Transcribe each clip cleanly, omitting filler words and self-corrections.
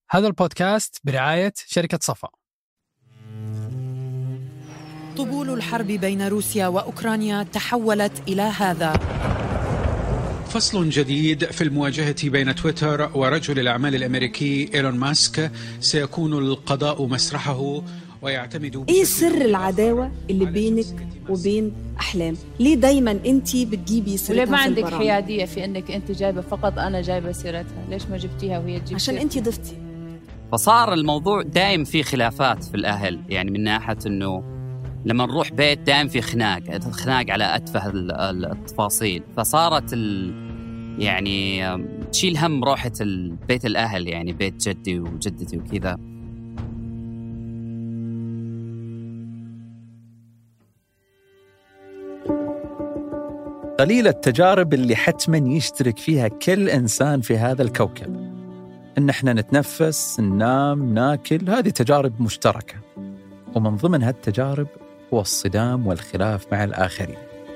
هذا البودكاست برعاية شركة صفا. طبول الحرب بين روسيا وأوكرانيا تحولت إلى هذا. فصل جديد في المواجهة بين تويتر ورجل الأعمال الأمريكي إيلون ماسك سيكون القضاء مسرحه ويعتمد. إيه سر العداوة اللي بينك وبين أحلام؟ ليه دايما أنتي بتجيبي سيرتها؟ وليه ما عندك حيادية في أنك أنت جايبة فقط أنا جايبة سيرتها؟ ليش ما جبتيها وهي تجيب؟ عشان أنتي ضفتي. فصار الموضوع دائم فيه خلافات في الأهل، يعني من ناحية أنه لما نروح بيت دائم في خناق على أتفه التفاصيل، فصارت يعني تشيل هم روحة بيت الأهل، يعني بيت جدي وجدتي وكذا. قليل التجارب اللي حتماً يشترك فيها كل إنسان في هذا الكوكب. إن إحنا نتنفس، ننام، ناكل، هذه تجارب مشتركة، ومن ضمن هالتجارب هو الصدام والخلاف مع الآخرين.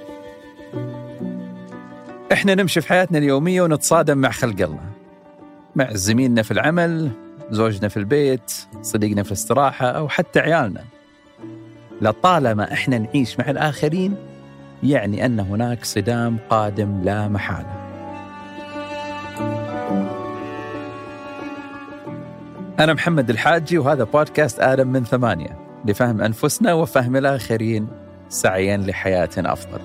إحنا نمشي في حياتنا اليومية ونتصادم مع خلق الله، مع زميلنا في العمل، زوجنا في البيت، صديقنا في الاستراحة، أو حتى عيالنا. لطالما إحنا نعيش مع الآخرين يعني أن هناك صدام قادم لا محالة. أنا محمد الحاجي، وهذا بودكاست آدم من 8 لفهم أنفسنا وفهم الآخرين سعياً لحياة أفضل.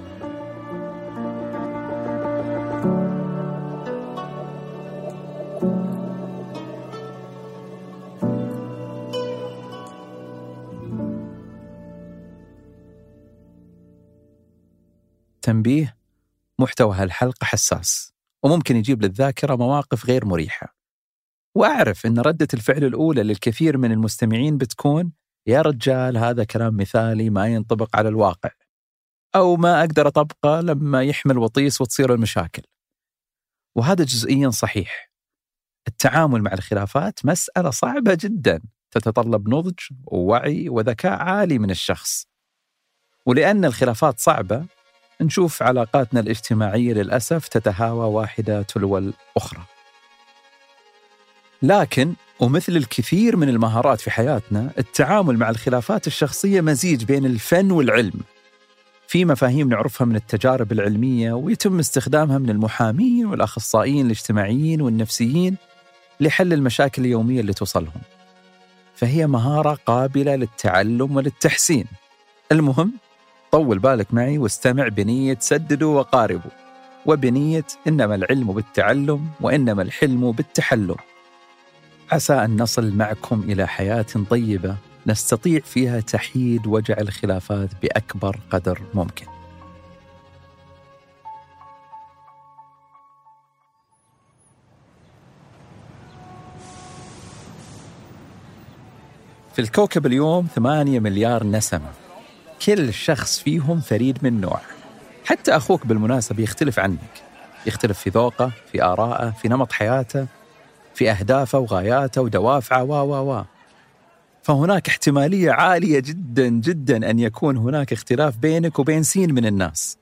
تنبيه: محتوى هالحلقة حساس وممكن يجيب للذاكرة مواقف غير مريحة، وأعرف أن ردة الفعل الأولى للكثير من المستمعين بتكون يا رجال هذا كلام مثالي ما ينطبق على الواقع، أو ما أقدر أطبقه لما يحمل وطيس وتصير المشاكل. وهذا جزئيا صحيح. التعامل مع الخلافات مسألة صعبة جدا، تتطلب نضج ووعي وذكاء عالي من الشخص. ولأن الخلافات صعبة نشوف علاقاتنا الاجتماعية للأسف تتهاوى واحدة تلو الأخرى. لكن ومثل الكثير من المهارات في حياتنا، التعامل مع الخلافات الشخصية مزيج بين الفن والعلم. في مفاهيم نعرفها من التجارب العلمية ويتم استخدامها من المحامين والأخصائيين الاجتماعيين والنفسيين لحل المشاكل اليومية اللي توصلهم. فهي مهارة قابلة للتعلم وللتحسين. المهم طول بالك معي واستمع بنية سددوا وقاربوا، وبنية إنما العلم بالتعلم وإنما الحلم بالتحلم. عسى أن نصل معكم إلى حياة طيبة نستطيع فيها تحييد وجع الخلافات بأكبر قدر ممكن. في الكوكب اليوم 8 مليار نسمة، كل شخص فيهم فريد من نوعه. حتى أخوك بالمناسبة يختلف عنك، يختلف في ذوقه، في آرائه، في نمط حياته، في أهدافه وغاياته ودوافعه فهناك احتمالية عالية جدا جدا أن يكون هناك اختلاف بينك وبين سين من الناس.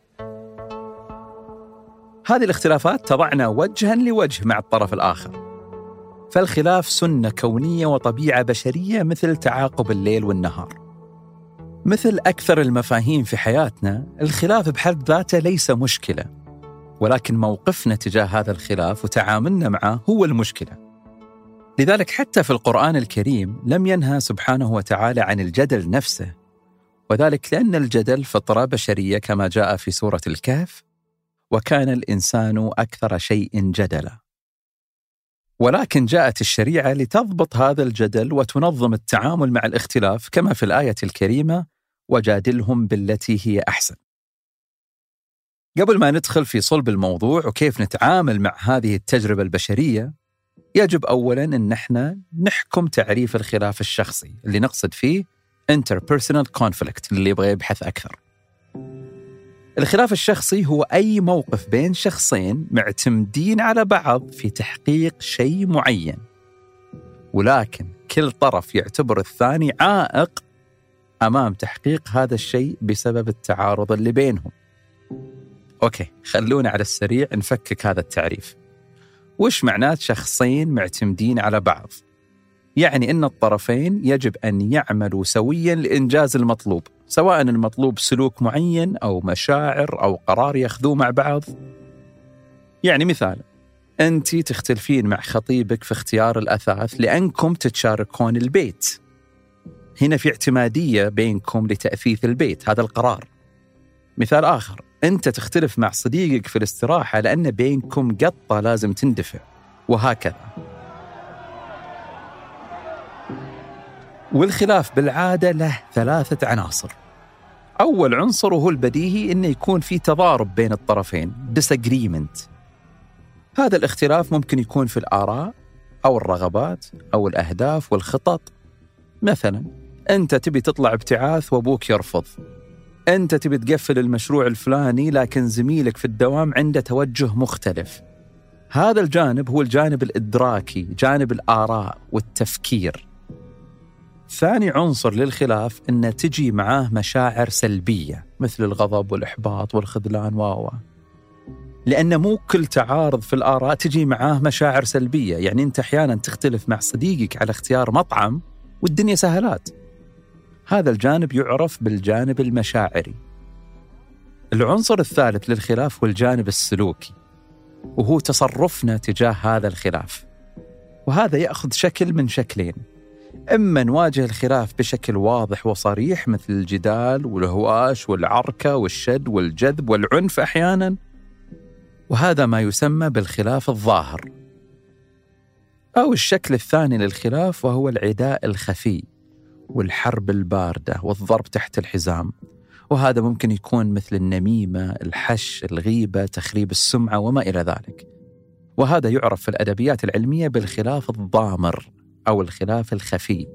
هذه الاختلافات تضعنا وجها لوجه مع الطرف الآخر. فالخلاف سنة كونية وطبيعة بشرية مثل تعاقب الليل والنهار. مثل أكثر المفاهيم في حياتنا، الخلاف بحد ذاته ليس مشكلة، ولكن موقفنا تجاه هذا الخلاف وتعاملنا معه هو المشكلة. لذلك حتى في القرآن الكريم لم ينهى سبحانه وتعالى عن الجدل نفسه، وذلك لأن الجدل فطرة بشرية كما جاء في سورة الكهف: وكان الإنسان أكثر شيء جدلا. ولكن جاءت الشريعة لتضبط هذا الجدل وتنظم التعامل مع الاختلاف كما في الآية الكريمة: وجادلهم بالتي هي أحسن. قبل ما ندخل في صلب الموضوع وكيف نتعامل مع هذه التجربة البشرية، يجب أولاً أن احنا نحكم تعريف الخلاف الشخصي اللي نقصد فيه interpersonal conflict اللي يبغى يبحث أكثر. الخلاف الشخصي هو أي موقف بين شخصين معتمدين على بعض في تحقيق شيء معين، ولكن كل طرف يعتبر الثاني عائق أمام تحقيق هذا الشيء بسبب التعارض اللي بينهم. أوكي، خلونا على السريع نفكك هذا التعريف. وش معنات شخصين معتمدين على بعض؟ يعني أن الطرفين يجب أن يعملوا سوياً لإنجاز المطلوب، سواء المطلوب سلوك معين أو مشاعر أو قرار يأخذوه مع بعض. يعني مثال، أنت تختلفين مع خطيبك في اختيار الأثاث لأنكم تتشاركون البيت، هنا في اعتمادية بينكم لتأثيث البيت، هذا القرار. مثال آخر، أنت تختلف مع صديقك في الاستراحة لأن بينكم قطة لازم تندفع، وهكذا. والخلاف بالعادة له 3 عناصر. أول عنصر وهو البديهي إنه يكون في تضارب بين الطرفين، disagreement. هذا الاختلاف ممكن يكون في الآراء أو الرغبات أو الأهداف والخطط. مثلا أنت تبي تطلع ابتعاث وأبوك يرفض، أنت تبي تقفل المشروع الفلاني لكن زميلك في الدوام عنده توجه مختلف. هذا الجانب هو الجانب الإدراكي، جانب الآراء والتفكير. ثاني عنصر للخلاف إنه تجي معاه مشاعر سلبية مثل الغضب والإحباط والخذلان لأن مو كل تعارض في الآراء تجي معاه مشاعر سلبية. يعني أنت أحيانا تختلف مع صديقك على اختيار مطعم والدنيا سهلات. هذا الجانب يعرف بالجانب المشاعري. العنصر الثالث للخلاف هو الجانب السلوكي، وهو تصرفنا تجاه هذا الخلاف. وهذا يأخذ شكل من شكلين: إما نواجه الخلاف بشكل واضح وصريح مثل الجدال والهواش والعركة والشد والجذب والعنف أحياناً، وهذا ما يسمى بالخلاف الظاهر. أو الشكل الثاني للخلاف وهو العداء الخفي والحرب الباردة والضرب تحت الحزام، وهذا ممكن يكون مثل النميمة، الحش، الغيبة، تخريب السمعة وما إلى ذلك. وهذا يعرف في الأدبيات العلمية بالخلاف الضامر أو الخلاف الخفي.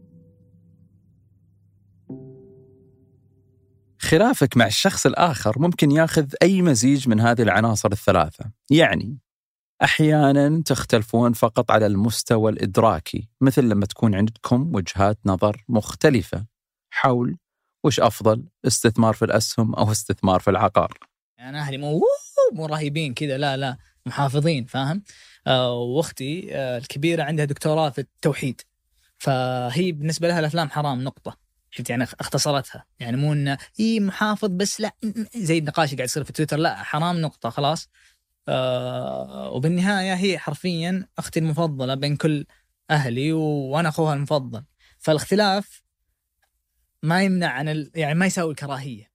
خلافك مع الشخص الآخر ممكن ياخذ أي مزيج من هذه العناصر الثلاثة. يعني أحياناً تختلفون فقط على المستوى الإدراكي، مثل لما تكون عندكم وجهات نظر مختلفة حول وش أفضل، استثمار في الأسهم أو استثمار في العقار. أنا أهلي مو رهيبين كذا، لا محافظين، فاهم؟ واختي الكبيرة عندها دكتوراه في التوحيد، فهي بالنسبة لها الأفلام حرام، نقطة. شفت يعني اختصرتها، يعني مو إنه محافظ بس، لا، زي النقاش قاعد يصير في تويتر، لا حرام، نقطة، خلاص. وبالنهاية هي حرفيا أختي المفضلة بين كل أهلي، وأنا أخوها المفضل. فالاختلاف ما يمنع عن يعني ما يساوي الكراهية.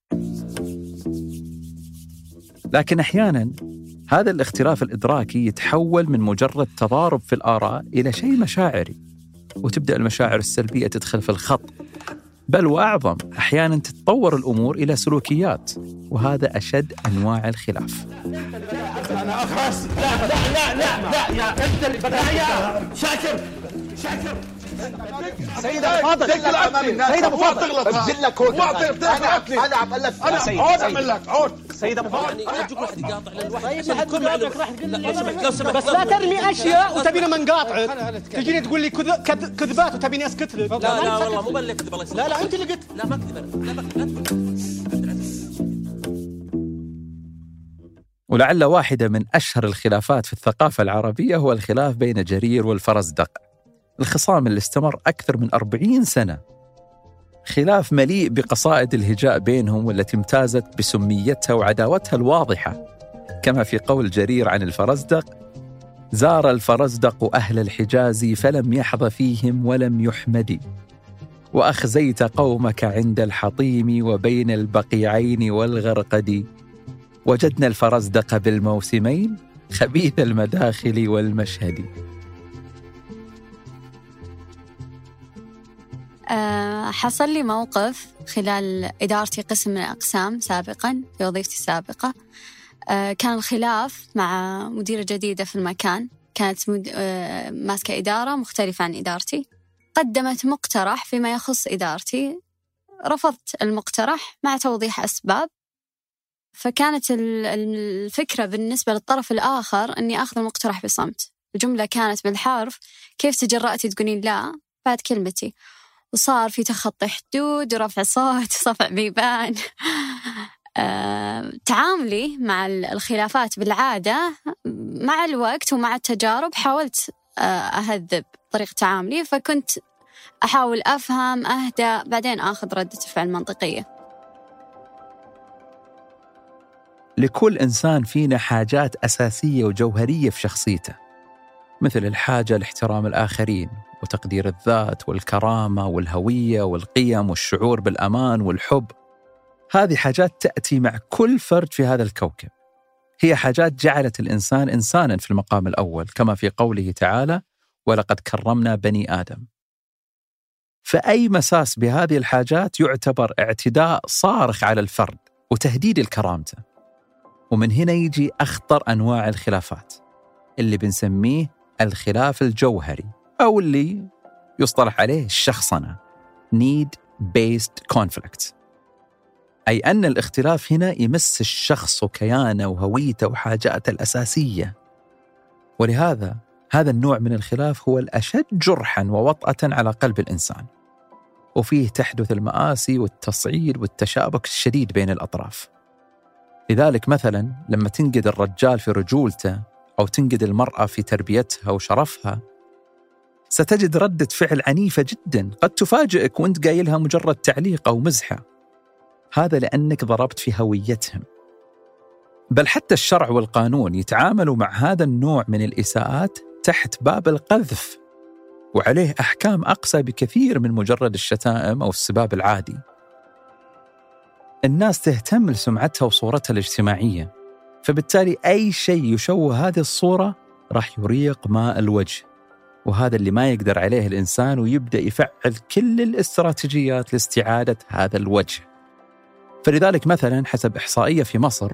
لكن أحياناً هذا الاختلاف الإدراكي يتحول من مجرد تضارب في الآراء إلى شيء مشاعري، وتبدأ المشاعر السلبية تدخل في الخط، بل وأعظم، أحياناً تتطور الأمور إلى سلوكيات، وهذا أشد أنواع الخلاف. أنا أخرس. لا يا أنت اللي بدأ. شاكر سيدة فاضل، سيدة فاضل بزلك هون. أنا عم أقلك، أنا عود أعمل لك عود. سيدة فاضل أنا أرجوك واحد يقاطع لو سمحت بس لا ترمي أشياء وتبينا ما نقاطعك، تجيني تقول لي كذبات وتبيني أسكت لك. لا والله مو بلك كذب، الله يسلمك. لا أنت اللي قلت. لا ما كذب أنا، لا ولعل واحدة من أشهر الخلافات في الثقافة العربية هو الخلاف بين جرير والفرزدق، الخصام اللي استمر أكثر من 40 سنة. خلاف مليء بقصائد الهجاء بينهم، والتي امتازت بسميتها وعداوتها الواضحة. كما في قول جرير عن الفرزدق: زار الفرزدق أهل الحجاز فلم يحظ فيهم ولم يحمد، وأخزيت قومك عند الحطيم وبين البقيعين والغرقد، وجدنا الفرزدق بالموسمين خبيث المداخل والمشهد. حصل لي موقف خلال إدارتي قسم من الأقسام سابقاً في وظيفتي السابقة. كان الخلاف مع مديرة جديدة في المكان، كانت ماسكة إدارة مختلفة عن إدارتي. قدمت مقترح فيما يخص إدارتي، رفضت المقترح مع توضيح أسباب. فكانت الفكرة بالنسبة للطرف الآخر أني أخذ المقترح بصمت. الجملة كانت بالحرف: كيف تجرأتي تقولين لا بعد كلمتي؟ وصار في تخطي حدود ورفع صوت، صفع بيبان. تعاملي مع الخلافات بالعادة مع الوقت ومع التجارب حاولت أهذب طريقة تعاملي، فكنت أحاول أفهم أهدأ بعدين أخذ ردة فعل منطقية. لكل إنسان فينا حاجات أساسية وجوهرية في شخصيته، مثل الحاجة لاحترام الآخرين وتقدير الذات والكرامة والهوية والقيم والشعور بالأمان والحب. هذه حاجات تأتي مع كل فرد في هذا الكوكب. هي حاجات جعلت الإنسان إنسانا في المقام الأول، كما في قوله تعالى: ولقد كرمنا بني آدم. فأي مساس بهذه الحاجات يعتبر اعتداء صارخ على الفرد وتهديد لكرامته. ومن هنا يجي أخطر أنواع الخلافات اللي بنسميه الخلاف الجوهري، أو اللي يصطلح عليه الشخصنة need-based conflict. أي أن الاختلاف هنا يمس الشخص وكيانه وهويته وحاجاته الأساسية. ولهذا هذا النوع من الخلاف هو الأشد جرحاً ووطأة على قلب الإنسان، وفيه تحدث المآسي والتصعيد والتشابك الشديد بين الأطراف. لذلك مثلاً لما تنقد الرجال في رجولته أو تنقد المرأة في تربيتها وشرفها، ستجد ردة فعل عنيفة جداً قد تفاجئك وانت قايلها مجرد تعليق أو مزحة. هذا لأنك ضربت في هويتهم. بل حتى الشرع والقانون يتعاملوا مع هذا النوع من الإساءات تحت باب القذف، وعليه أحكام أقسى بكثير من مجرد الشتائم أو السباب العادي. الناس تهتم لسمعتها وصورتها الاجتماعية، فبالتالي أي شيء يشوه هذه الصورة راح يريق ماء الوجه، وهذا اللي ما يقدر عليه الإنسان، ويبدأ يفعل كل الاستراتيجيات لاستعادة هذا الوجه. فلذلك مثلا حسب إحصائية في مصر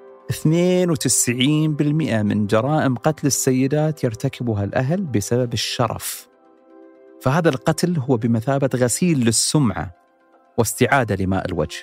92% من جرائم قتل السيدات يرتكبها الأهل بسبب الشرف. فهذا القتل هو بمثابة غسيل للسمعة واستعادة لماء الوجه.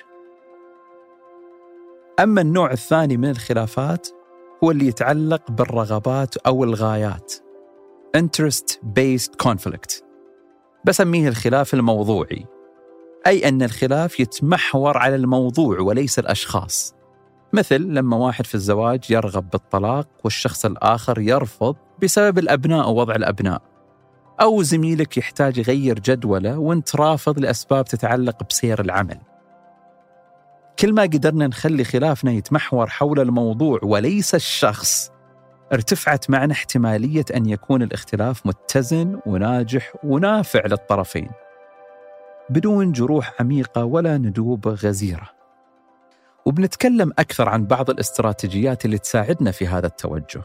أما النوع الثاني من الخلافات هو اللي يتعلق بالرغبات أو الغايات interest-based conflict. بسميه الخلاف الموضوعي، أي أن الخلاف يتمحور على الموضوع وليس الأشخاص. مثل لما واحد في الزواج يرغب بالطلاق والشخص الآخر يرفض بسبب الأبناء ووضع الأبناء، أو زميلك يحتاج يغير جدوله وانت رافض لأسباب تتعلق بسير العمل. كل ما قدرنا نخلي خلافنا يتمحور حول الموضوع وليس الشخص، ارتفعت معنا احتمالية أن يكون الاختلاف متزن وناجح ونافع للطرفين بدون جروح عميقة ولا ندوب غزيرة. وبنتكلم أكثر عن بعض الاستراتيجيات اللي تساعدنا في هذا التوجه.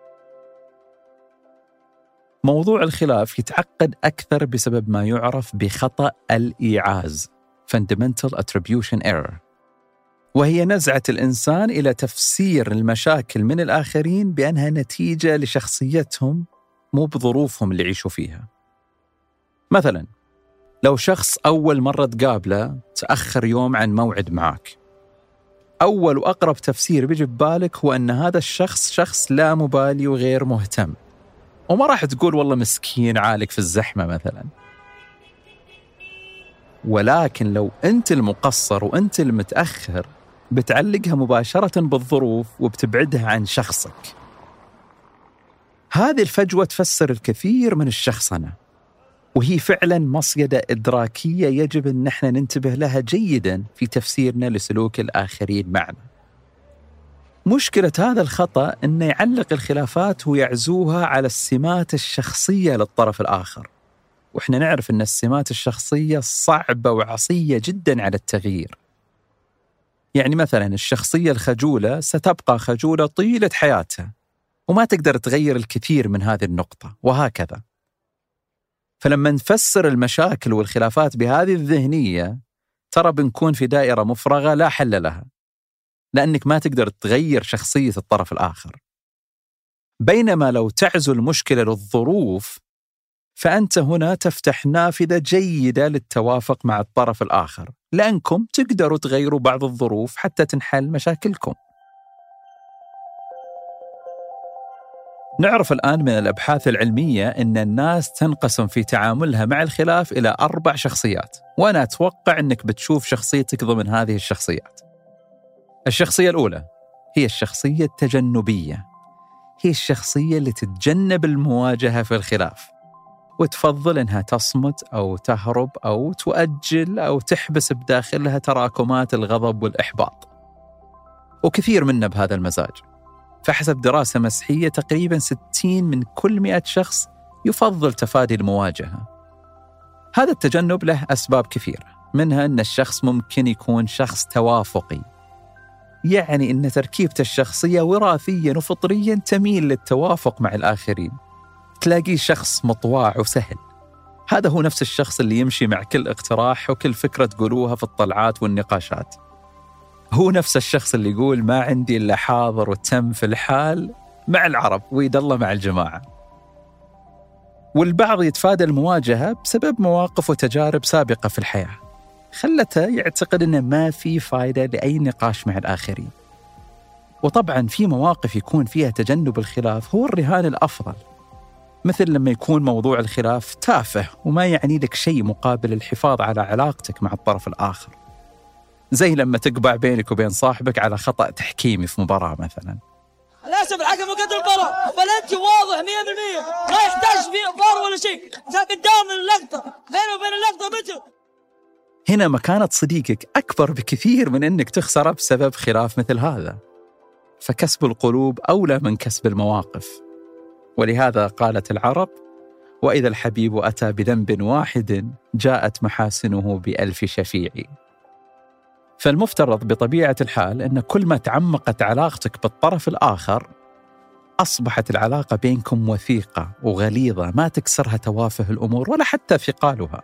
موضوع الخلاف يتعقد أكثر بسبب ما يعرف بخطأ الإيعاز Fundamental Attribution Error، وهي نزعة الإنسان إلى تفسير المشاكل من الآخرين بأنها نتيجة لشخصيتهم مو بظروفهم اللي يعيشوا فيها. مثلاً لو شخص أول مرة تقابله تأخر يوم عن موعد معك، أول وأقرب تفسير بيجي ببالك هو أن هذا الشخص شخص لا مبالي وغير مهتم، وما راح تقول والله مسكين عالق في الزحمة مثلاً. ولكن لو أنت المقصر وأنت المتأخر بتعلقها مباشرة بالظروف وبتبعدها عن شخصك. هذه الفجوة تفسر الكثير من الشخصنة، وهي فعلا مصيدة إدراكية يجب أن نحن ننتبه لها جيدا في تفسيرنا لسلوك الآخرين معنا. مشكلة هذا الخطأ أنه يعلق الخلافات ويعزوها على السمات الشخصية للطرف الآخر، وإحنا نعرف أن السمات الشخصية صعبة وعصية جدا على التغيير. يعني مثلا الشخصية الخجولة ستبقى خجولة طيلة حياتها وما تقدر تغير الكثير من هذه النقطة، وهكذا. فلما نفسر المشاكل والخلافات بهذه الذهنية ترى بنكون في دائرة مفرغة لا حل لها، لأنك ما تقدر تغير شخصية الطرف الآخر. بينما لو تعزو المشكلة للظروف فأنت هنا تفتح نافذة جيدة للتوافق مع الطرف الآخر، لأنكم تقدروا تغيروا بعض الظروف حتى تنحل مشاكلكم. نعرف الآن من الأبحاث العلمية أن الناس تنقسم في تعاملها مع الخلاف إلى 4 شخصيات، وأنا أتوقع أنك بتشوف شخصيتك ضمن هذه الشخصيات. الشخصية الأولى هي الشخصية التجنبية، هي الشخصية اللي تتجنب المواجهة في الخلاف، وتفضل إنها تصمت أو تهرب أو تؤجل أو تحبس بداخلها تراكمات الغضب والإحباط. وكثير منا بهذا المزاج. فحسب دراسة مسحية تقريباً 60 من كل 100 شخص يفضل تفادي المواجهة. هذا التجنب له أسباب كثيرة، منها أن الشخص ممكن يكون شخص توافقي، يعني أن تركيبته الشخصية وراثياً وفطرياً تميل للتوافق مع الآخرين. تلاقيه شخص مطواع وسهل. هذا هو نفس الشخص اللي يمشي مع كل اقتراح وكل فكرة تقولوها في الطلعات والنقاشات. هو نفس الشخص اللي يقول ما عندي إلا حاضر وتم في الحال مع العرب ويد الله مع الجماعة. والبعض يتفادى المواجهة بسبب مواقف وتجارب سابقة في الحياة خلته يعتقد أنه ما في فايدة لأي نقاش مع الآخرين. وطبعاً في مواقف يكون فيها تجنب الخلاف هو الرهان الأفضل، مثل لما يكون موضوع الخلاف تافه وما يعني لك شيء مقابل الحفاظ على علاقتك مع الطرف الآخر، زي لما تقبع بينك وبين صاحبك على خطأ تحكيمي في مباراة مثلاً. للأسف الحكم وقت المباراة بلنتي واضح 100%، ما يحتاج فيه فار ولا شيء، قدام اللقطة بينه وبين اللقطة متر. هنا مكانة صديقك أكبر بكثير من أنك تخسره بسبب خلاف مثل هذا. فكسب القلوب أولى من كسب المواقف. ولهذا قالت العرب: وإذا الحبيب أتى بذنب واحد جاءت محاسنه بألف شفيع. فالمفترض بطبيعة الحال أن كل ما تعمقت علاقتك بالطرف الآخر أصبحت العلاقة بينكم وثيقة وغليظة ما تكسرها توافه الأمور ولا حتى ثقالها.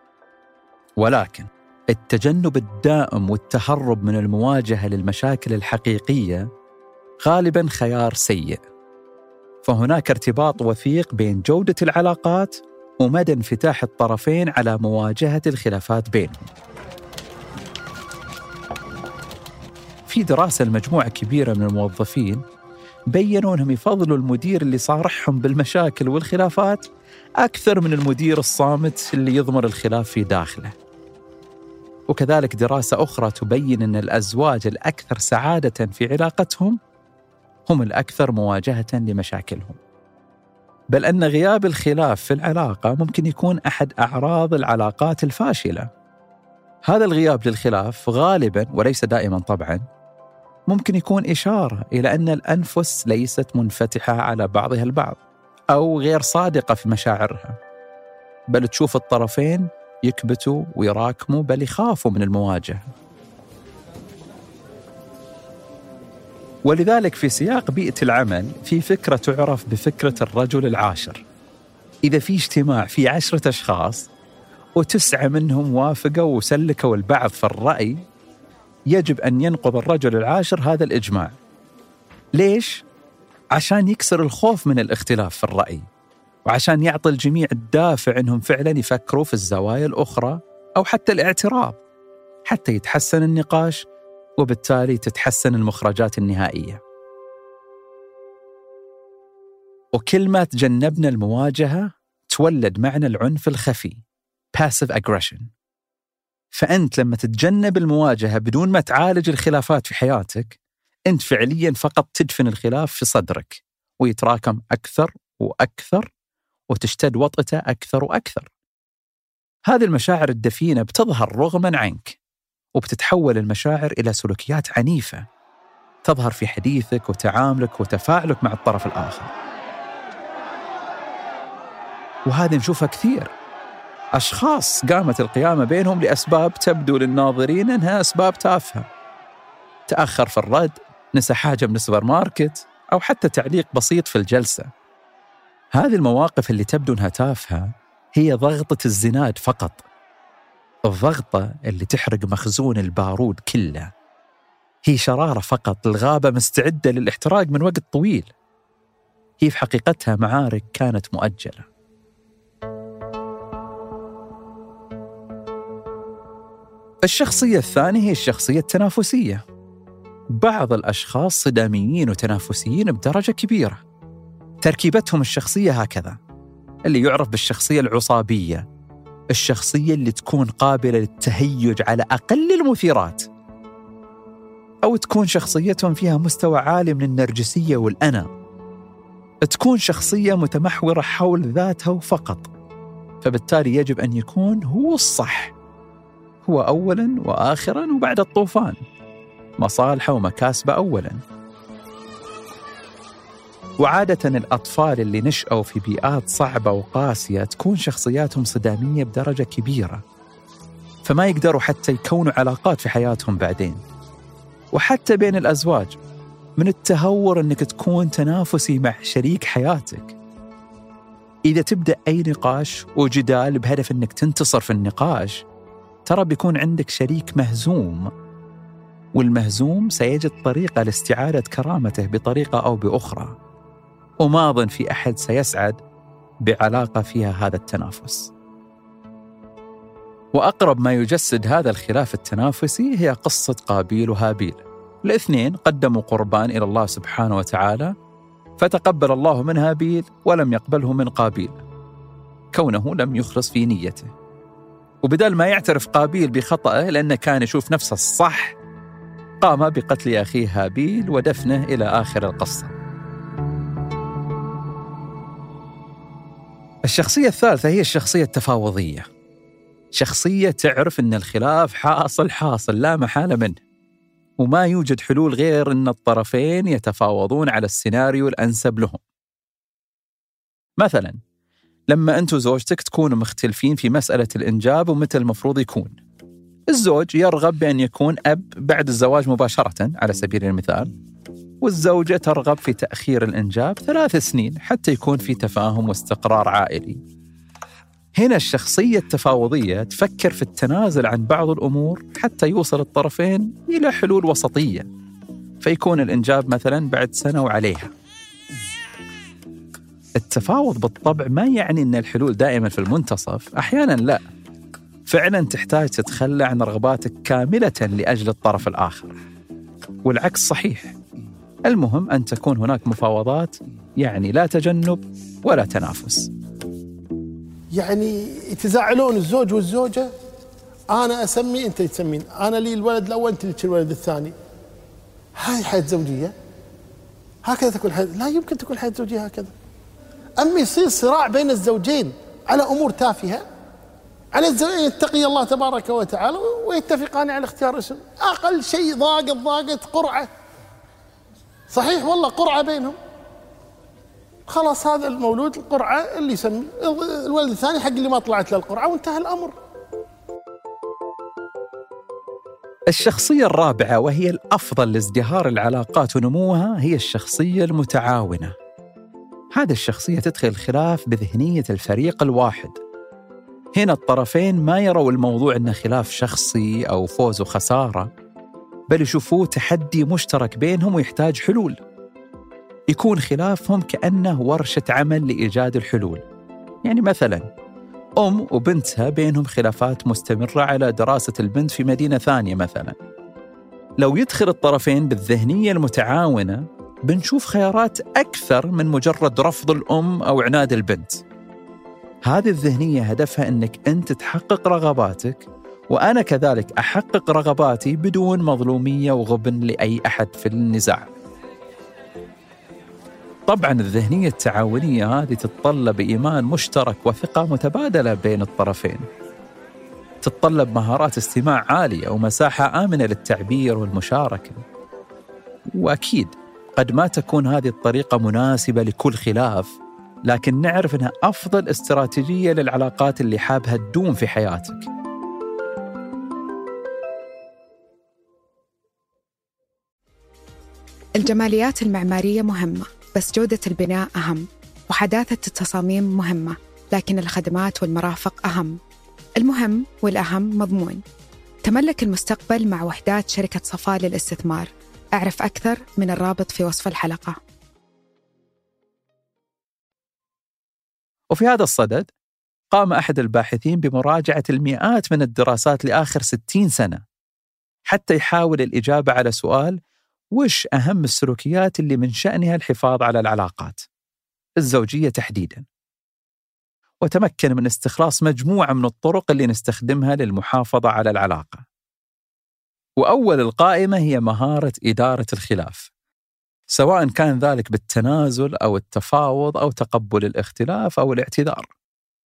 ولكن التجنب الدائم والتهرب من المواجهة للمشاكل الحقيقية غالباً خيار سيء. فهناك ارتباط وثيق بين جودة العلاقات ومدى انفتاح الطرفين على مواجهة الخلافات بينهم. في دراسة لمجموعة كبيرة من الموظفين بيّنوا أنهم يفضلوا المدير اللي صارحهم بالمشاكل والخلافات أكثر من المدير الصامت اللي يضمر الخلاف في داخله. وكذلك دراسة أخرى تبين أن الأزواج الأكثر سعادة في علاقتهم هم الأكثر مواجهة لمشاكلهم. بل أن غياب الخلاف في العلاقة ممكن يكون أحد أعراض العلاقات الفاشلة. هذا الغياب للخلاف غالباً وليس دائماً طبعاً ممكن يكون إشارة إلى أن الأنفس ليست منفتحة على بعضها البعض أو غير صادقة في مشاعرها، بل تشوف الطرفين يكبتوا ويراكموا بل يخافوا من المواجهة. ولذلك في سياق بيئة العمل في فكرة تعرف بفكرة الرجل العاشر. إذا في اجتماع في 10 أشخاص و9 منهم وافقوا وسلكوا البعض في الرأي، يجب أن ينقض الرجل العاشر هذا الإجماع. ليش؟ عشان يكسر الخوف من الاختلاف في الرأي، وعشان يعطي الجميع الدافع أنهم فعلا يفكروا في الزوايا الأخرى أو حتى الاعتراض، حتى يتحسن النقاش وبالتالي تتحسن المخرجات النهائية. وكل ما تجنبنا المواجهة تولد معنى العنف الخفي passive aggression. فأنت لما تتجنب المواجهة بدون ما تعالج الخلافات في حياتك، أنت فعلياً فقط تدفن الخلاف في صدرك ويتراكم أكثر وأكثر وتشتد وطئته أكثر وأكثر. هذه المشاعر الدفينة بتظهر رغماً عنك، وبتتحول المشاعر إلى سلوكيات عنيفة تظهر في حديثك وتعاملك وتفاعلك مع الطرف الآخر. وهذا نشوفها كثير. أشخاص قامت القيامة بينهم لأسباب تبدو للناظرين أنها أسباب تافهة، تأخر في الرد، نسى حاجة من السوبر ماركت، أو حتى تعليق بسيط في الجلسة. هذه المواقف اللي تبدو أنها تافهة هي ضغطة الزناد فقط، الضغطة اللي تحرق مخزون البارود كله. هي شرارة فقط، الغابة مستعدة للاحتراق من وقت طويل. هي في حقيقتها معارك كانت مؤجلة. الشخصية الثانية هي الشخصية التنافسية. بعض الأشخاص صداميين وتنافسيين بدرجة كبيرة. تركيبتهم الشخصية هكذا، اللي يعرف بالشخصية العصابية، الشخصية اللي تكون قابلة للتهيج على أقل المثيرات، أو تكون شخصيتهم فيها مستوى عالي من النرجسية والأنا، تكون شخصية متمحورة حول ذاتها فقط، فبالتالي يجب أن يكون هو الصح، هو أولاً وآخراً وبعد الطوفان، مصالحه ومكاسبه أولاً. وعادة الأطفال اللي نشأوا في بيئات صعبة وقاسية تكون شخصياتهم صدامية بدرجة كبيرة، فما يقدروا حتى يكونوا علاقات في حياتهم بعدين. وحتى بين الأزواج من التهور أنك تكون تنافسي مع شريك حياتك. إذا تبدأ أي نقاش وجدال بهدف أنك تنتصر في النقاش، ترى بيكون عندك شريك مهزوم، والمهزوم سيجد طريقة لاستعادة كرامته بطريقة أو بأخرى، وما أظن في أحد سيسعد بعلاقة فيها هذا التنافس. وأقرب ما يجسد هذا الخلاف التنافسي هي قصة قابيل وهابيل. الاثنين قدموا قربان إلى الله سبحانه وتعالى، فتقبل الله من هابيل ولم يقبله من قابيل، كونه لم يخلص في نيته. وبدل ما يعترف قابيل بخطأه لأنه كان يشوف نفسه الصح، قام بقتل أخيه هابيل ودفنه إلى آخر القصة. الشخصية الثالثة هي الشخصية التفاوضية، شخصية تعرف أن الخلاف حاصل لا محالة منه، وما يوجد حلول غير أن الطرفين يتفاوضون على السيناريو الأنسب لهم. مثلا لما أنت وزوجتك تكونوا مختلفين في مسألة الإنجاب ومتى المفروض يكون، الزوج يرغب بأن يكون أب بعد الزواج مباشرة على سبيل المثال، والزوجة ترغب في تأخير الإنجاب 3 سنين حتى يكون في تفاهم واستقرار عائلي. هنا الشخصية التفاوضية تفكر في التنازل عن بعض الأمور حتى يوصل الطرفين إلى حلول وسطية، فيكون الإنجاب مثلا بعد 1 سنة وعليها. التفاوض بالطبع ما يعني أن الحلول دائما في المنتصف، أحيانا لا، فعلا تحتاج تتخلى عن رغباتك كاملة لأجل الطرف الآخر، والعكس صحيح. المهم أن تكون هناك مفاوضات، يعني لا تجنب ولا تنافس. يعني يتزاعلون الزوج والزوجة، أنا أسمي أنت تسمين، أنا لي الولد الأول أنت لك الولد الثاني. هاي حياة زوجية؟ هكذا تكون حياة؟ لا يمكن تكون حياة زوجية هكذا. أما يصير صراع بين الزوجين على أمور تافهة، على الزوجين يتقي الله تبارك وتعالى ويتفقان على اختيار اسم، أقل شيء ضاقت قرعة، صحيح والله قرعة بينهم، خلاص هذا المولود القرعة اللي يسمي الولد الثاني حق اللي ما طلعت له القرعة، وانتهى الأمر. الشخصية الرابعة وهي الأفضل لازدهار العلاقات ونموها هي الشخصية المتعاونة. هذه الشخصية تدخل الخلاف بذهنية الفريق الواحد. هنا الطرفين ما يروا الموضوع أنه خلاف شخصي أو فوز وخسارة، بل يشوفوه تحدي مشترك بينهم ويحتاج حلول. يكون خلافهم كأنه ورشة عمل لإيجاد الحلول. يعني مثلا أم وبنتها بينهم خلافات مستمرة على دراسة البنت في مدينة ثانية مثلا. لو يدخل الطرفين بالذهنية المتعاونة بنشوف خيارات أكثر من مجرد رفض الأم أو عناد البنت. هذه الذهنية هدفها أنك أنت تحقق رغباتك، وأنا كذلك أحقق رغباتي بدون مظلومية وغبن لأي أحد في النزاع. طبعاً الذهنية التعاونية هذه تتطلب إيمان مشترك وثقة متبادلة بين الطرفين، تتطلب مهارات استماع عالية ومساحة آمنة للتعبير والمشاركة. وأكيد قد ما تكون هذه الطريقة مناسبة لكل خلاف، لكن نعرف أنها أفضل استراتيجية للعلاقات اللي حابها تدوم في حياتك. الجماليات المعمارية مهمة، بس جودة البناء أهم، وحداثة التصاميم مهمة، لكن الخدمات والمرافق أهم. المهم والأهم مضمون. تملك المستقبل مع وحدات شركة صفاء للاستثمار. أعرف أكثر من الرابط في وصف الحلقة. وفي هذا الصدد قام أحد الباحثين بمراجعة المئات من الدراسات لآخر 60 سنة حتى يحاول الإجابة على سؤال: وش أهم السلوكيات اللي من شأنها الحفاظ على العلاقات الزوجية تحديداً؟ وتمكن من استخلاص مجموعة من الطرق اللي نستخدمها للمحافظة على العلاقة. وأول القائمة هي مهارة إدارة الخلاف، سواء كان ذلك بالتنازل أو التفاوض أو تقبل الاختلاف أو الاعتذار.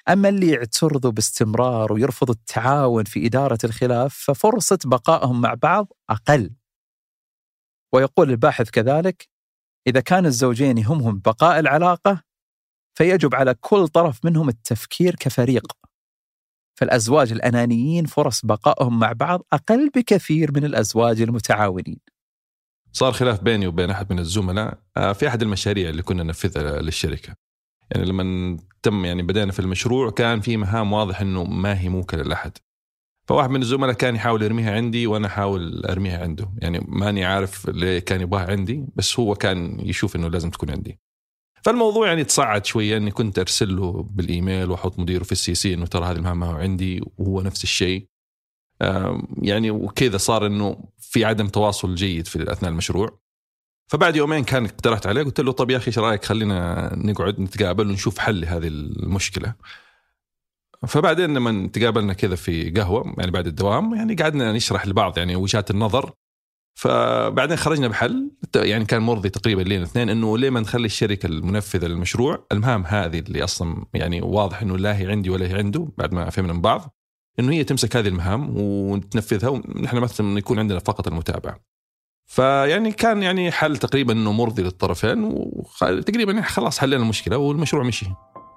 أما اللي يعترضوا باستمرار ويرفضوا التعاون في إدارة الخلاف ففرصة بقائهم مع بعض أقل. ويقول الباحث كذلك: إذا كان الزوجين يهمهم بقاء العلاقة فيجب على كل طرف منهم التفكير كفريق. فالأزواج الأنانيين فرص بقائهم مع بعض أقل بكثير من الأزواج المتعاونين. صار خلاف بيني وبين أحد من الزملاء في أحد المشاريع اللي كنا ننفذها للشركة. يعني لما بدأنا في المشروع كان في مهام واضح إنه ما هي موكلة لأحد، فواحد من الزملاء كان يحاول يرميها عندي وأنا أحاول أرميها عنده. يعني ماني عارف ليه كان يبغاها عندي، بس هو كان يشوف إنه لازم تكون عندي. فالموضوع يعني تصعد شوية، أني كنت أرسل له بالإيميل وأحط مديره في السي إنه ترى هذه المهام عندي وهو نفس الشيء. يعني وكذا صار إنه في عدم تواصل جيد في أثناء المشروع. فبعد يومين كان اقترحت عليه، قلت له طب يا أخي إيش رأيك خلينا نقعد نتقابل ونشوف حل هذه المشكلة. فبعدين لما تقابلنا كذا في قهوة يعني بعد الدوام، يعني قعدنا نشرح لبعض يعني وجهات النظر. فبعدين خرجنا بحل يعني كان مرضي تقريبا لين الاثنين، انه ليه ما نخلي الشركه المنفذه للمشروع المهام هذه اللي اصلا يعني واضح انه لا هي عندي ولا هي عنده، بعد ما فهمنا من بعض انه هي تمسك هذه المهام ونتنفذها ونحن مثلا يكون عندنا فقط المتابعه. فيعني كان يعني حل تقريبا انه مرضي للطرفين، وتقريبا خلاص حلينا المشكله والمشروع مشي.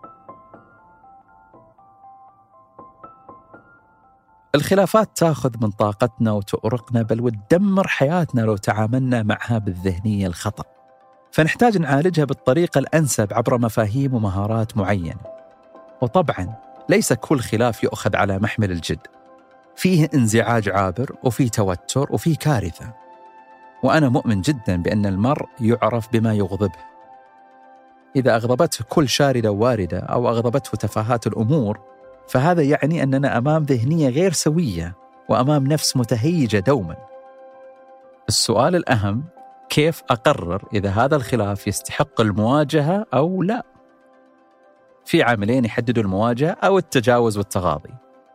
الخلافات تأخذ من طاقتنا وتؤرقنا، بل وتدمر حياتنا لو تعاملنا معها بالذهنية الخطأ. فنحتاج نعالجها بالطريقة الأنسب عبر مفاهيم ومهارات معينة. وطبعاً ليس كل خلاف يؤخذ على محمل الجد، فيه انزعاج عابر وفيه توتر وفيه كارثة. وأنا مؤمن جداً بأن المرء يعرف بما يغضبه. إذا أغضبته كل شاردة واردة أو أغضبته تفاهات الأمور، فهذا يعني أننا أمام ذهنية غير سوية وأمام نفس متهيجة دوما. السؤال الأهم: كيف أقرر إذا هذا الخلاف يستحق المواجهة أو لا؟ في عاملين يحددوا المواجهة أو التجاوز والتغاضي.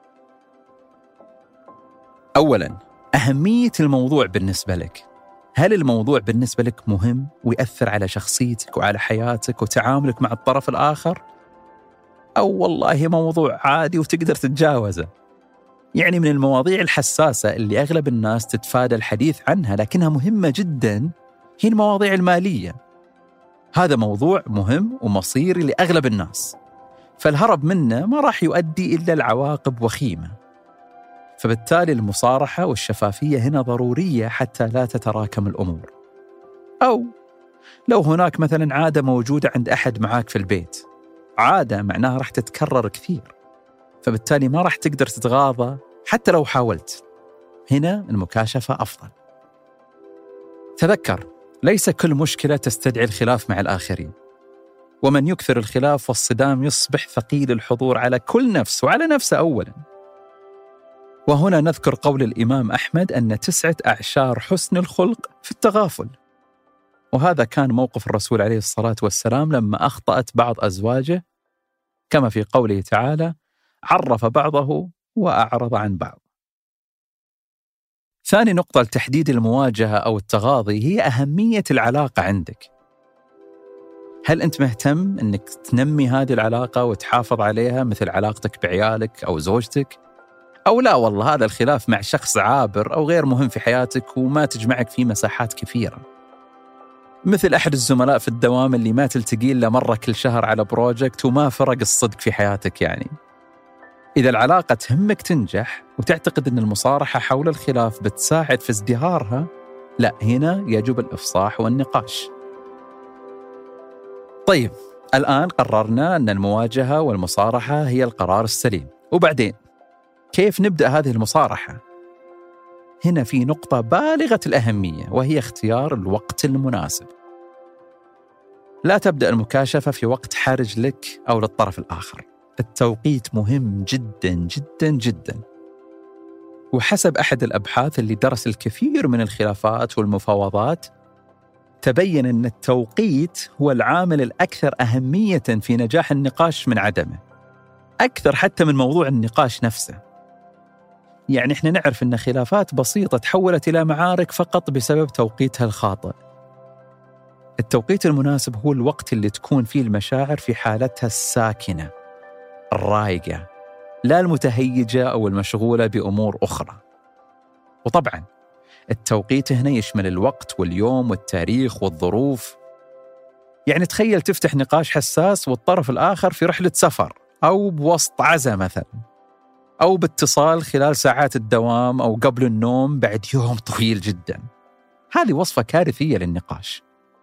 أولا، أهمية الموضوع بالنسبة لك. هل الموضوع بالنسبة لك مهم ويأثر على شخصيتك وعلى حياتك وتعاملك مع الطرف الآخر؟ أو والله موضوع عادي وتقدر تتجاوزه؟ يعني من المواضيع الحساسة اللي أغلب الناس تتفادى الحديث عنها لكنها مهمة جدا هي المواضيع المالية. هذا موضوع مهم ومصيري لأغلب الناس، فالهرب منه ما راح يؤدي إلا العواقب وخيمة. فبالتالي المصارحة والشفافية هنا ضرورية حتى لا تتراكم الأمور. أو لو هناك مثلا عادة موجودة عند أحد معاك في البيت، عادة معناها راح تتكرر كثير، فبالتالي ما راح تقدر تتغاضى حتى لو حاولت. هنا المكاشفة أفضل. تذكر، ليس كل مشكلة تستدعي الخلاف مع الآخرين، ومن يكثر الخلاف والصدام يصبح ثقيل الحضور على كل نفس وعلى نفسه أولا. وهنا نذكر قول الإمام أحمد أن 9 أعشار حسن الخلق في التغافل. وهذا كان موقف الرسول عليه الصلاة والسلام لما أخطأت بعض أزواجه، كما في قوله تعالى: عرف بعضه وأعرض عن بعض. ثاني نقطة لتحديد المواجهة أو التغاضي هي أهمية العلاقة عندك. هل أنت مهتم أنك تنمي هذه العلاقة وتحافظ عليها مثل علاقتك بعيالك أو زوجتك؟ أو لا والله هذا الخلاف مع شخص عابر أو غير مهم في حياتك وما تجمعك فيه مساحات كثيرة، مثل أحد الزملاء في الدوام اللي ما تلتقي إلا مرة كل شهر على بروجكت وما فرق الصدق في حياتك. يعني إذا العلاقة تهمك تنجح وتعتقد أن المصارحة حول الخلاف بتساعد في ازدهارها، لا، هنا يجب الإفصاح والنقاش. طيب، الآن قررنا أن المواجهة والمصارحة هي القرار السليم، وبعدين كيف نبدأ هذه المصارحة؟ هنا في نقطة بالغة الأهمية، وهي اختيار الوقت المناسب. لا تبدأ المكاشفة في وقت حرج لك أو للطرف الآخر. التوقيت مهم جدا جدا جدا. وحسب أحد الأبحاث اللي درس الكثير من الخلافات والمفاوضات، تبين أن التوقيت هو العامل الأكثر أهمية في نجاح النقاش من عدمه، أكثر حتى من موضوع النقاش نفسه. يعني إحنا نعرف أن خلافات بسيطة تحولت إلى معارك فقط بسبب توقيتها الخاطئ. التوقيت المناسب هو الوقت اللي تكون فيه المشاعر في حالتها الساكنة، الرايقة، لا المتهيجة أو المشغولة بأمور أخرى. وطبعاً التوقيت هنا يشمل الوقت واليوم والتاريخ والظروف. يعني تخيل تفتح نقاش حساس والطرف الآخر في رحلة سفر أو بوسط عزا مثلا، أو باتصال خلال ساعات الدوام أو قبل النوم بعد يوم طويل جدا. هذه وصفة كارثية للنقاش.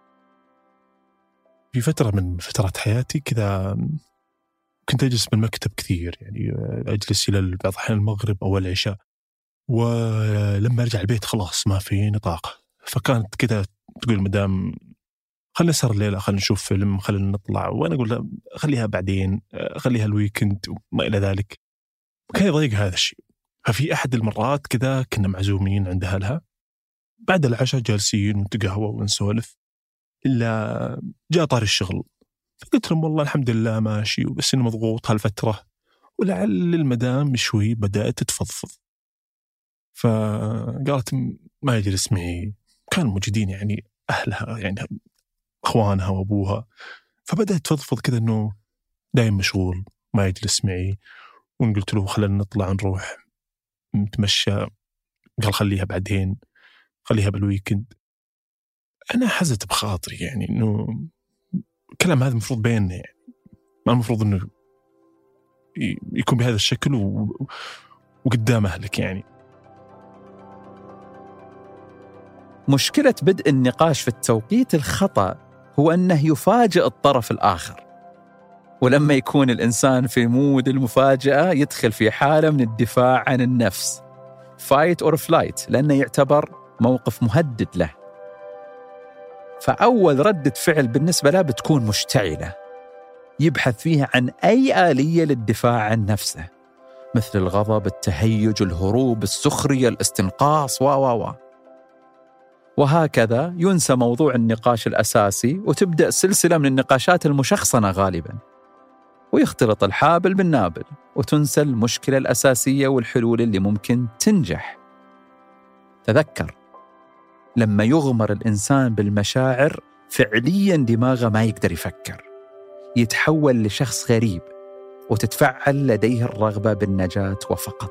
في فترة من فترات حياتي كذا كنت أجلس بالمكتب كثير، يعني أجلس إلى بعض الأحيان المغرب أو العشاء، ولما أرجع البيت خلاص ما في نطاق. فكانت كذا تقول مدام خلينا نسهر الليلة، خلينا نشوف فيلم، خلينا نطلع، وأنا أقول لا خليها بعدين، خليها الويكند وما إلى ذلك. كان يضايق هذا الشيء. ففي أحد المرات كذا كنا معزومين عند أهلها بعد العشاء جالسين ونتقهوى ونسولف، إلا جاء طار الشغل. فقلت لهم والله الحمد لله ماشي، وبس إنه مضغوط هالفترة، ولعل المدام شوي بدأت تفضفض. فقالت ما يجلس معي، كانوا موجودين يعني أهلها، يعني أخوانها وأبوها. فبدأت تفضفض كذا إنه دايم مشغول ما يجلس معي. وقلت له خلينا نطلع نروح نتمشى، قال خليها بعدين، خليها بالويكند. أنا حزت بخاطري يعني إنه الكلام هذا المفروض بيننا، يعني ما المفروض إنه يكون بهذا الشكل وقدام أهلك. يعني مشكلة بدء النقاش في التوقيت الخطأ هو أنه يفاجئ الطرف الآخر، ولما يكون الإنسان في مود المفاجأة يدخل في حالة من الدفاع عن النفس، fight or flight، لأنه يعتبر موقف مهدد له. فأول ردة فعل بالنسبة له بتكون مشتعلة، يبحث فيها عن أي آلية للدفاع عن نفسه، مثل الغضب، التهيج، الهروب، السخرية، الاستنقاص وهكذا ينسى موضوع النقاش الأساسي، وتبدأ سلسلة من النقاشات المشخصنة غالباً، ويختلط الحابل بالنابل، وتنسى المشكلة الأساسية والحلول اللي ممكن تنجح. تذكر، لما يغمر الإنسان بالمشاعر فعلياً دماغه ما يقدر يفكر، يتحول لشخص غريب، وتتفعل لديه الرغبة بالنجاة وفقط.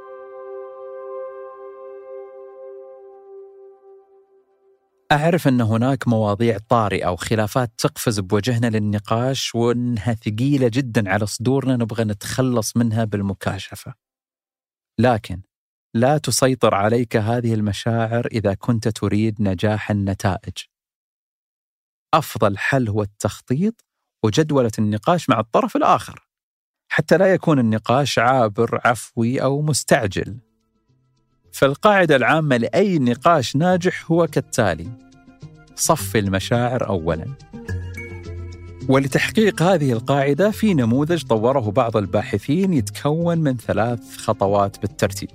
أعرف أن هناك مواضيع طارئة وخلافات تقفز بوجهنا للنقاش، وأنها ثقيلة جدا على صدورنا نبغى نتخلص منها بالمكاشفة. لكن لا تسيطر عليك هذه المشاعر إذا كنت تريد نجاح النتائج. أفضل حل هو التخطيط وجدولة النقاش مع الطرف الآخر، حتى لا يكون النقاش عابر، عفوي أو مستعجل. فالقاعدة العامة لأي نقاش ناجح هو كالتالي: صفي المشاعر أولاً. ولتحقيق هذه القاعدة في نموذج طوره بعض الباحثين يتكون من 3 خطوات بالترتيب.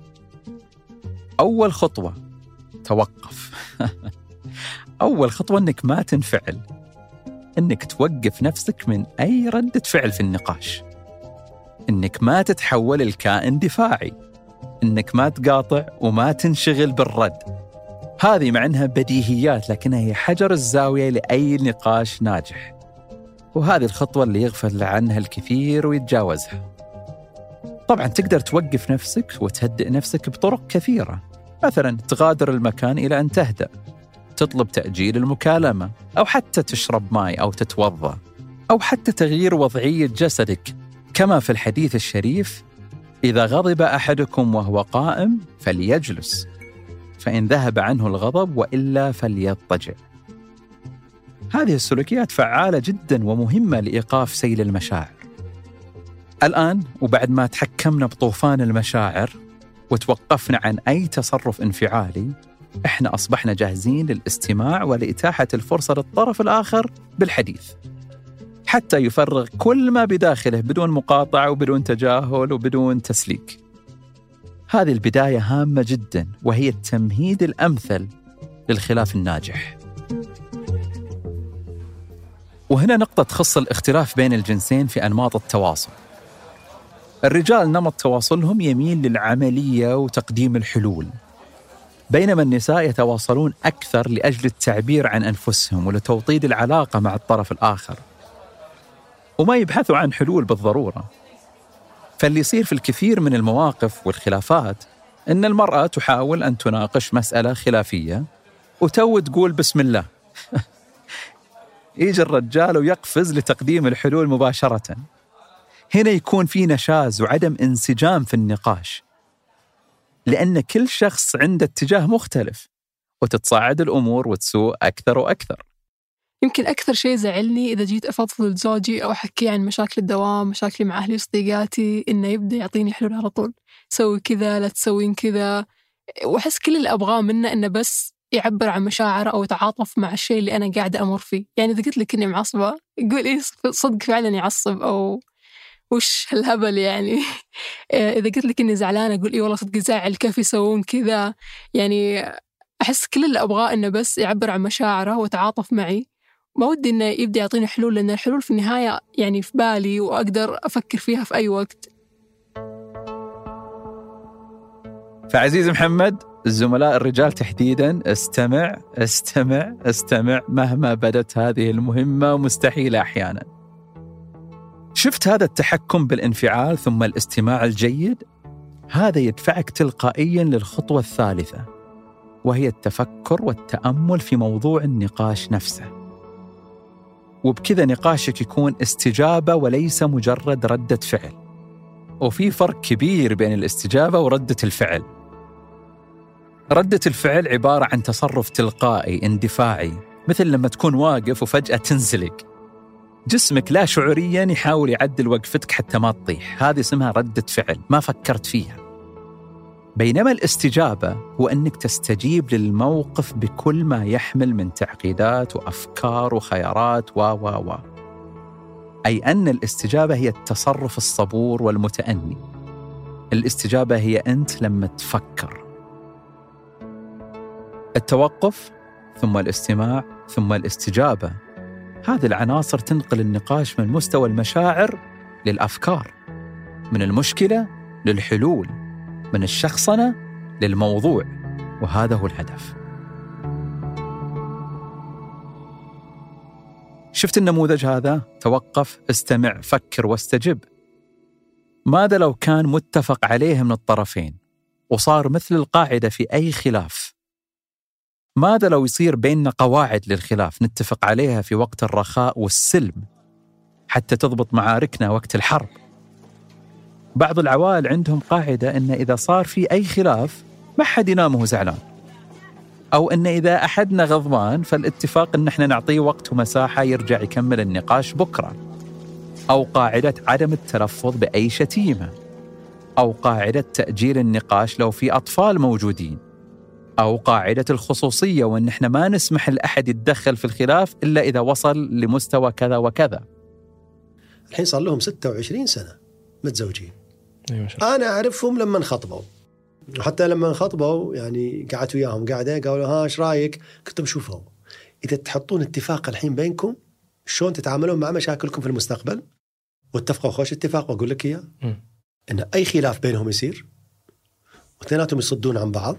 أول خطوة: توقف. أول خطوة إنك ما تنفعل، إنك توقف نفسك من أي ردة فعل في النقاش، إنك ما تتحول الكائن دفاعي، إنك ما تقاطع وما تنشغل بالرد. هذه مع أنها بديهيات، لكنها هي حجر الزاوية لأي نقاش ناجح. وهذه الخطوة اللي يغفل عنها الكثير ويتجاوزها. طبعا تقدر توقف نفسك وتهدئ نفسك بطرق كثيرة، مثلا تغادر المكان إلى أن تهدأ، تطلب تأجيل المكالمة، أو حتى تشرب ماء أو تتوضأ، أو حتى تغيير وضعية جسدك، كما في الحديث الشريف: إذا غضب أحدكم وهو قائم فليجلس، فإن ذهب عنه الغضب وإلا فليضطجع. هذه السلوكيات فعالة جدا ومهمة لإيقاف سيل المشاعر. الآن وبعد ما تحكمنا بطوفان المشاعر وتوقفنا عن أي تصرف انفعالي، إحنا أصبحنا جاهزين للاستماع ولإتاحة الفرصة للطرف الآخر بالحديث، حتى يفرغ كل ما بداخله بدون مقاطعة وبدون تجاهل وبدون تسليك. هذه البداية هامة جدا، وهي التمهيد الأمثل للخلاف الناجح. وهنا نقطة تخص الاختلاف بين الجنسين في أنماط التواصل. الرجال نمط تواصلهم يميل للعملية وتقديم الحلول، بينما النساء يتواصلون أكثر لأجل التعبير عن أنفسهم ولتوطيد العلاقة مع الطرف الآخر، وما يبحثوا عن حلول بالضرورة، فاللي يصير في الكثير من المواقف والخلافات إن المرأة تحاول أن تناقش مسألة خلافية وتو تقول بسم الله. يجي الرجال ويقفز لتقديم الحلول مباشرة. هنا يكون في نشاز وعدم انسجام في النقاش، لأن كل شخص عنده اتجاه مختلف، وتتصاعد الأمور وتسوء أكثر وأكثر. يمكن أكثر شيء زعلني إذا جيت أفضفض لزوجي أو أحكي عن مشاكل الدوام، مشاكلي مع أهلي وصديقاتي، إنه يبدأ يعطيني حلول على طول، سوي كذا لا تسوين كذا، وأحس كل اللي أبغاه منه إنه بس يعبر عن مشاعره أو يتعاطف مع الشيء اللي أنا قاعدة أمر فيه. يعني إذا قلت لك إني معصبة يقول إيه صدق فعلا يعصب، أو وش هالهبل يعني. إذا قلت لك إني زعلانة أقول إيه والله صدق زعل، كيف يسوون كذا. يعني أحس كل اللي أبغاه إنه بس يعبر عن مشاعره ويتعاطف معي. ما ودي إنه يبدأ يعطيني حلول، لأن الحلول في النهاية يعني في بالي وأقدر أفكر فيها في أي وقت. فعزيز محمد، الزملاء الرجال تحديداً، استمع استمع استمع مهما بدت هذه المهمة مستحيلة أحياناً. شفت هذا التحكم بالانفعال ثم الاستماع الجيد؟ هذا يدفعك تلقائياً للخطوة الثالثة، وهي التفكر والتأمل في موضوع النقاش نفسه. وبكذا نقاشك يكون استجابة وليس مجرد ردة فعل. وفي فرق كبير بين الاستجابة وردة الفعل. ردة الفعل عبارة عن تصرف تلقائي اندفاعي، مثل لما تكون واقف وفجأة تنزلق، جسمك لا شعورياً يحاول يعدل وقفتك حتى ما تطيح. هذه اسمها ردة فعل، ما فكرت فيها. بينما الاستجابة هو أنك تستجيب للموقف بكل ما يحمل من تعقيدات وأفكار وخيارات أي أن الاستجابة هي التصرف الصبور والمتأني. الاستجابة هي أنت لما تفكر. التوقف ثم الاستماع ثم الاستجابة، هذه العناصر تنقل النقاش من مستوى المشاعر للأفكار، من المشكلة للحلول، من الشخصنة للموضوع، وهذا هو الهدف. شفت النموذج هذا؟ توقف، استمع، فكر واستجب. ماذا لو كان متفق عليه من الطرفين وصار مثل القاعدة في أي خلاف؟ ماذا لو يصير بيننا قواعد للخلاف نتفق عليها في وقت الرخاء والسلم حتى تضبط معاركنا وقت الحرب؟ بعض العوائل عندهم قاعدة أن إذا صار في أي خلاف ما حد ينام وهو زعلان، أو أن إذا أحدنا غضبان فالاتفاق أن احنا نعطيه وقت ومساحة يرجع يكمل النقاش بكرة، أو قاعدة عدم التلفظ بأي شتيمة، أو قاعدة تأجيل النقاش لو في أطفال موجودين، أو قاعدة الخصوصية وأن احنا ما نسمح لأحد يتدخل في الخلاف إلا إذا وصل لمستوى كذا وكذا. الحين صار لهم 26 سنة متزوجين. أنا أعرفهم لما انخطبوا، وحتى لما انخطبوا يعني قعدت وياهم قاعدة قالوا ها إيش رأيك؟ كنت بشوفه إذا تحطون اتفاق الحين بينكم شلون تتعاملون مع مشاكلكم في المستقبل، واتفقوا خوش اتفاق. وأقول لك إياه إن أي خلاف بينهم يصير واثنيناتهم يصدون عن بعض،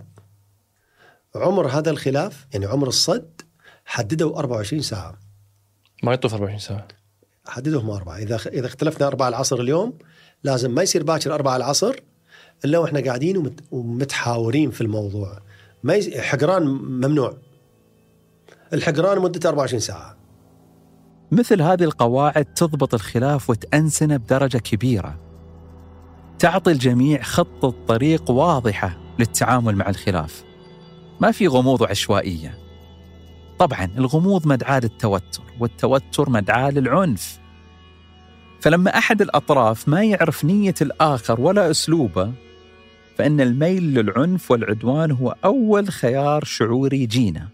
عمر هذا الخلاف يعني عمر الصد حددوا 24 ساعة. ما يطوف 24 ساعة، حددوهم 4. إذا اختلفنا 4 العصر اليوم لازم ما يصير باكر 4 العصر إلا وإحنا قاعدين ومتحاورين في الموضوع. ما حقران ممنوع، الحقران مدة 24 ساعة. مثل هذه القواعد تضبط الخلاف وتأنسنه بدرجة كبيرة، تعطي الجميع خطة طريق واضحة للتعامل مع الخلاف، ما في غموض وعشوائية. طبعاً الغموض مدعاة للتوتر، والتوتر مدعاة للعنف. فلما أحد الأطراف ما يعرف نية الآخر ولا أسلوبه، فإن الميل للعنف والعدوان هو أول خيار شعوري يجينا.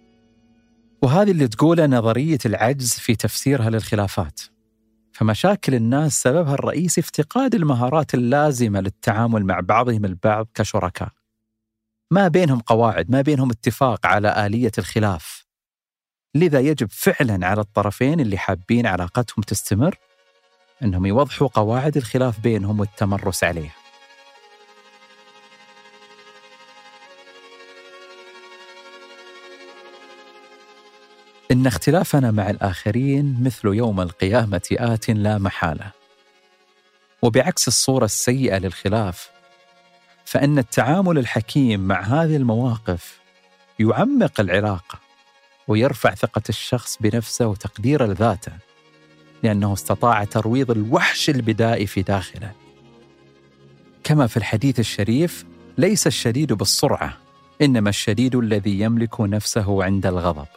وهذه اللي تقوله نظرية العجز في تفسيرها للخلافات. فمشاكل الناس سببها الرئيسي افتقاد المهارات اللازمة للتعامل مع بعضهم البعض كشركاء. ما بينهم قواعد، ما بينهم اتفاق على آلية الخلاف. لذا يجب فعلا على الطرفين اللي حابين علاقتهم تستمر أنهم يوضحوا قواعد الخلاف بينهم والتمرس عليها. إن اختلافنا مع الآخرين مثل يوم القيامة آت لا محالة، وبعكس الصورة السيئة للخلاف، فإن التعامل الحكيم مع هذه المواقف يعمق العلاقة ويرفع ثقة الشخص بنفسه وتقديره لذاته، لأنه استطاع ترويض الوحش البدائي في داخله. كما في الحديث الشريف: ليس الشديد بالسرعة، إنما الشديد الذي يملك نفسه عند الغضب.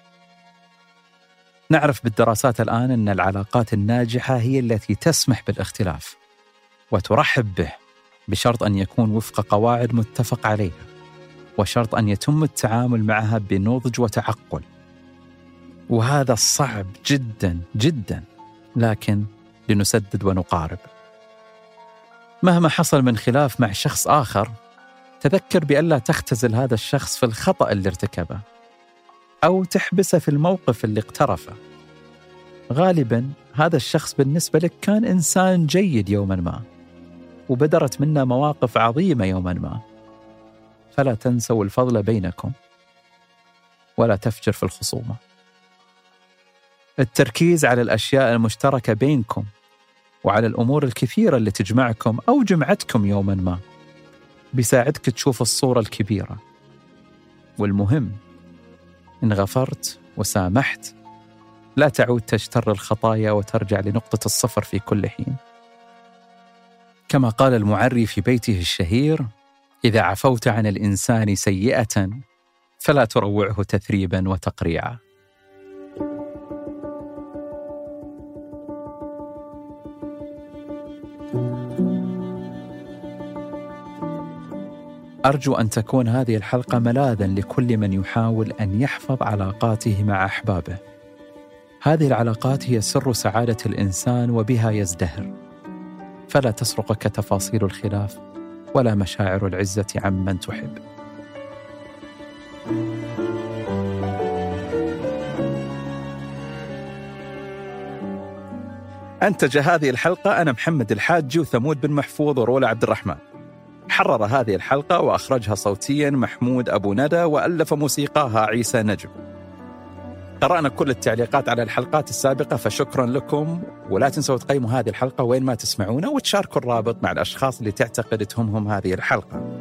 نعرف بالدراسات الآن أن العلاقات الناجحة هي التي تسمح بالاختلاف وترحب به، بشرط أن يكون وفق قواعد متفق عليها، وشرط أن يتم التعامل معها بنضج وتعقل. وهذا صعب جدا جدا، لكن لنسدد ونقارب. مهما حصل من خلاف مع شخص آخر، تذكر بألا تختزل هذا الشخص في الخطأ اللي ارتكبه أو تحبسه في الموقف اللي اقترفه. غالبا هذا الشخص بالنسبة لك كان إنسان جيد يوما ما، وبدرت منه مواقف عظيمة يوما ما، فلا تنسوا الفضل بينكم ولا تفجر في الخصومة. التركيز على الأشياء المشتركة بينكم وعلى الأمور الكثيرة اللي تجمعكم أو جمعتكم يوما ما بيساعدك تشوف الصورة الكبيرة. والمهم، إن غفرت وسامحت لا تعود تجتر الخطايا وترجع لنقطة الصفر في كل حين. كما قال المعري في بيته الشهير: إذا عفوت عن الإنسان سيئة فلا تروعه تثريبا وتقريعا. أرجو أن تكون هذه الحلقة ملاذاً لكل من يحاول أن يحفظ علاقاته مع أحبابه. هذه العلاقات هي سر سعادة الإنسان وبها يزدهر، فلا تسرقك تفاصيل الخلاف ولا مشاعر العزة عمن تحب. أنتج هذه الحلقة أنا محمد الحاجي وثمود بن محفوظ ورولا عبد الرحمن. حرر هذه الحلقة وأخرجها صوتيا محمود أبو ندى، وألف موسيقاها عيسى نجم. قرأنا كل التعليقات على الحلقات السابقة، فشكرا لكم. ولا تنسوا تقيموا هذه الحلقة وين ما تسمعونا، وتشاركوا الرابط مع الأشخاص اللي تعتقد تهمهم هذه الحلقة.